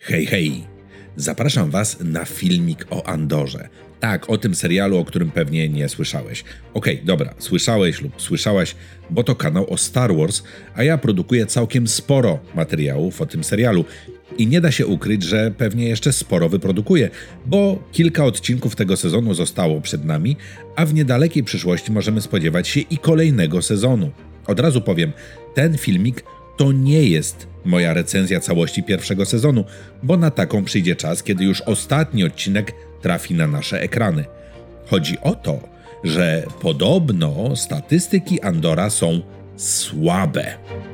Hej, hej! Zapraszam Was na filmik o Andorze. Tak, o tym serialu, o którym pewnie nie słyszałeś. Okej, dobra, słyszałeś lub słyszałaś, bo to kanał o Star Wars, a ja produkuję całkiem sporo materiałów o tym serialu. I nie da się ukryć, że pewnie jeszcze sporo wyprodukuję, bo kilka odcinków tego sezonu zostało przed nami, a w niedalekiej przyszłości możemy spodziewać się i kolejnego sezonu. Od razu powiem, ten filmik to nie jest moja recenzja całości pierwszego sezonu, bo na taką przyjdzie czas, kiedy już ostatni odcinek trafi na nasze ekrany. Chodzi o to, że podobno statystyki Andora są słabe.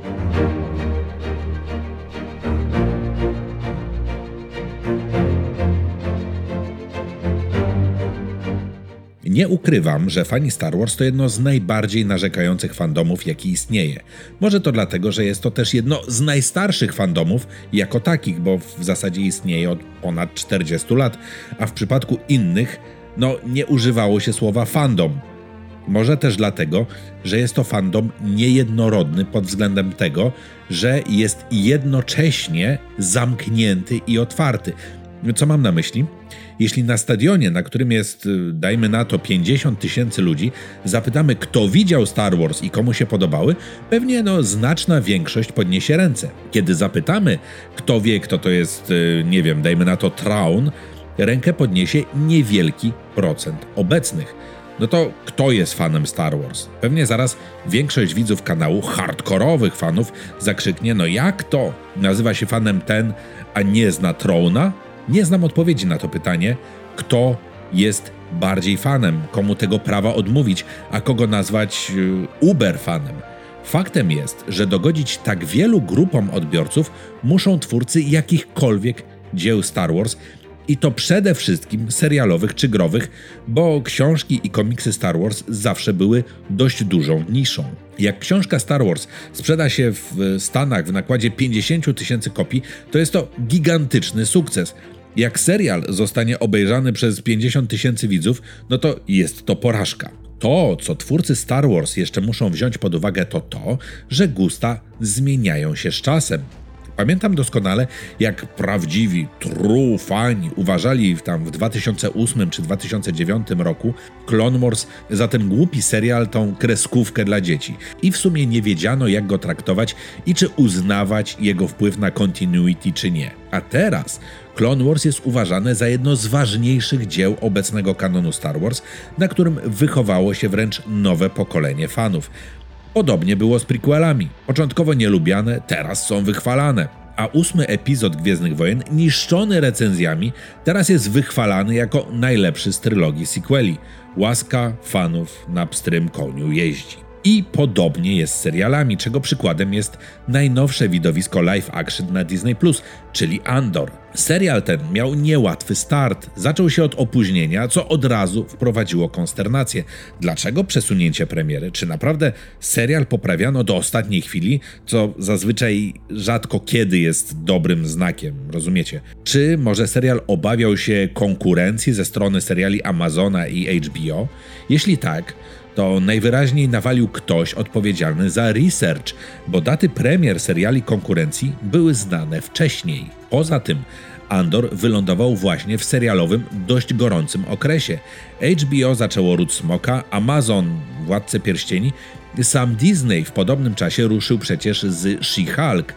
Nie ukrywam, że fani Star Wars to jedno z najbardziej narzekających fandomów, jaki istnieje. Może to dlatego, że jest to też jedno z najstarszych fandomów jako takich, bo w zasadzie istnieje od ponad 40 lat, a w przypadku innych, nie używało się słowa fandom. Może też dlatego, że jest to fandom niejednorodny pod względem tego, że jest jednocześnie zamknięty i otwarty. Co mam na myśli? Jeśli na stadionie, na którym jest, dajmy na to, 50 000 ludzi, zapytamy, kto widział Star Wars i komu się podobały, pewnie znaczna większość podniesie ręce. Kiedy zapytamy, kto wie, kto to jest, nie wiem, dajmy na to Thrawn, rękę podniesie niewielki procent obecnych. To kto jest fanem Star Wars? Pewnie zaraz większość widzów kanału, hardkorowych fanów, zakrzyknie, jak to? Nazywa się fanem ten, a nie zna Thrawna? Nie znam odpowiedzi na to pytanie, kto jest bardziej fanem, komu tego prawa odmówić, a kogo nazwać uber fanem. Faktem jest, że dogodzić tak wielu grupom odbiorców muszą twórcy jakichkolwiek dzieł Star Wars, i to przede wszystkim serialowych czy growych, bo książki i komiksy Star Wars zawsze były dość dużą niszą. Jak książka Star Wars sprzeda się w Stanach w nakładzie 50 000 kopii, to jest to gigantyczny sukces. Jak serial zostanie obejrzany przez 50 000 widzów, to jest to porażka. To, co twórcy Star Wars jeszcze muszą wziąć pod uwagę, to, że gusta zmieniają się z czasem. Pamiętam doskonale, jak prawdziwi, true fani uważali w 2008 czy 2009 roku Clone Wars za ten głupi serial, tą kreskówkę dla dzieci. I w sumie nie wiedziano, jak go traktować i czy uznawać jego wpływ na continuity, czy nie. A teraz Clone Wars jest uważane za jedno z ważniejszych dzieł obecnego kanonu Star Wars, na którym wychowało się wręcz nowe pokolenie fanów. Podobnie było z prequelami. Początkowo nielubiane, teraz są wychwalane. A 8. epizod Gwiezdnych Wojen, niszczony recenzjami, teraz jest wychwalany jako najlepszy z trylogii sequeli. Łaska fanów na pstrym koniu jeździ. I podobnie jest z serialami, czego przykładem jest najnowsze widowisko live action na Disney+, czyli Andor. Serial ten miał niełatwy start. Zaczął się od opóźnienia, co od razu wprowadziło konsternację. Dlaczego przesunięcie premiery? Czy naprawdę serial poprawiano do ostatniej chwili, co zazwyczaj rzadko kiedy jest dobrym znakiem, rozumiecie? Czy może serial obawiał się konkurencji ze strony seriali Amazona i HBO? Jeśli tak, to najwyraźniej nawalił ktoś odpowiedzialny za research, bo daty premier seriali konkurencji były znane wcześniej. Poza tym Andor wylądował właśnie w serialowym, dość gorącym okresie. HBO zaczęło Ród Smoka, Amazon Władcę Pierścieni, sam Disney w podobnym czasie ruszył przecież z She-Hulk.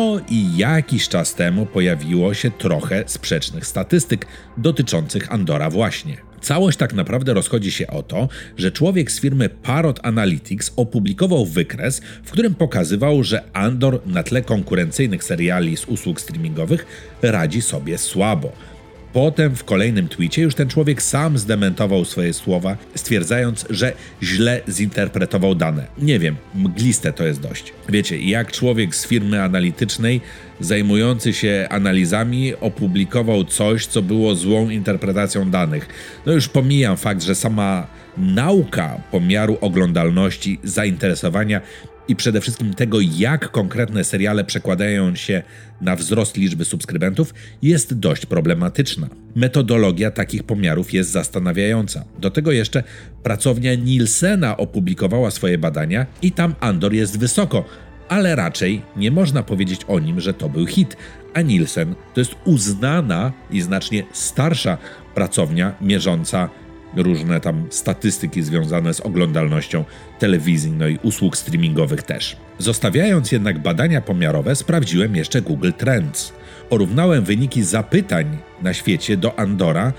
I jakiś czas temu pojawiło się trochę sprzecznych statystyk dotyczących Andora właśnie. Całość tak naprawdę rozchodzi się o to, że człowiek z firmy Parrot Analytics opublikował wykres, w którym pokazywał, że Andor na tle konkurencyjnych seriali z usług streamingowych radzi sobie słabo. Potem w kolejnym tweetie już ten człowiek sam zdementował swoje słowa, stwierdzając, że źle zinterpretował dane. Nie wiem, mgliste to jest dość. Wiecie, jak człowiek z firmy analitycznej zajmujący się analizami opublikował coś, co było złą interpretacją danych. Już pomijam fakt, że sama nauka pomiaru oglądalności, zainteresowania i przede wszystkim tego, jak konkretne seriale przekładają się na wzrost liczby subskrybentów, jest dość problematyczna. Metodologia takich pomiarów jest zastanawiająca. Do tego jeszcze pracownia Nielsena opublikowała swoje badania i tam Andor jest wysoko, ale raczej nie można powiedzieć o nim, że to był hit, a Nielsen to jest uznana i znacznie starsza pracownia mierząca różne tam statystyki związane z oglądalnością telewizji, no i usług streamingowych też. Zostawiając jednak badania pomiarowe, sprawdziłem jeszcze Google Trends. Porównałem wyniki zapytań na świecie do Andora,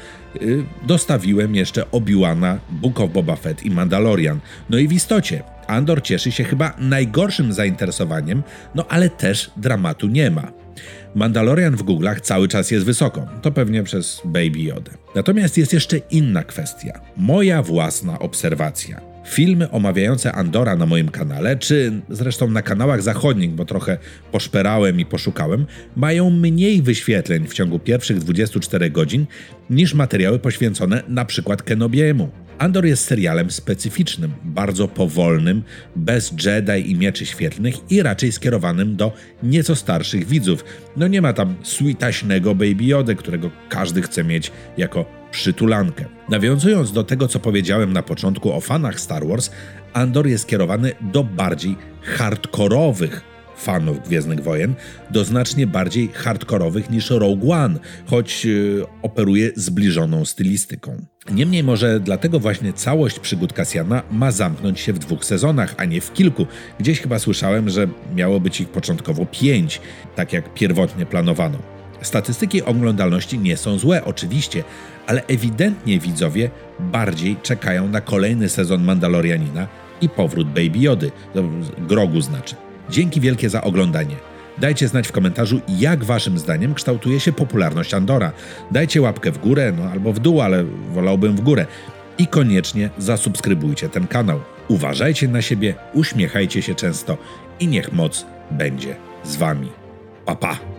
dostawiłem jeszcze Obi-Wana, Book of Boba Fett i Mandalorian. No i w istocie Andor cieszy się chyba najgorszym zainteresowaniem, no ale też dramatu nie ma. Mandalorian w Google'ach cały czas jest wysoko, to pewnie przez Baby Yoda. Natomiast jest jeszcze inna kwestia, moja własna obserwacja. Filmy omawiające Andora na moim kanale, czy zresztą na kanałach zachodnich, bo trochę poszperałem i poszukałem, mają mniej wyświetleń w ciągu pierwszych 24 godzin niż materiały poświęcone na przykład Kenobiemu. Andor jest serialem specyficznym, bardzo powolnym, bez Jedi i mieczy świetlnych i raczej skierowanym do nieco starszych widzów. No nie ma tam sweetaśnego Baby Jody, którego każdy chce mieć jako przytulankę. Nawiązując do tego, co powiedziałem na początku o fanach Star Wars, Andor jest skierowany do bardziej hardkorowych fanów Gwiezdnych Wojen, do znacznie bardziej hardkorowych niż Rogue One, choć operuje zbliżoną stylistyką. Niemniej może dlatego właśnie całość przygód Cassiana ma zamknąć się w 2 sezonach, a nie w kilku. Gdzieś chyba słyszałem, że miało być ich początkowo 5, tak jak pierwotnie planowano. Statystyki oglądalności nie są złe, oczywiście, ale ewidentnie widzowie bardziej czekają na kolejny sezon Mandalorianina i powrót Baby Jody, Grogu znaczy. Dzięki wielkie za oglądanie. Dajcie znać w komentarzu, jak waszym zdaniem kształtuje się popularność Andora. Dajcie łapkę w górę, albo w dół, ale wolałbym w górę. I koniecznie zasubskrybujcie ten kanał. Uważajcie na siebie, uśmiechajcie się często i niech moc będzie z wami. Pa, pa!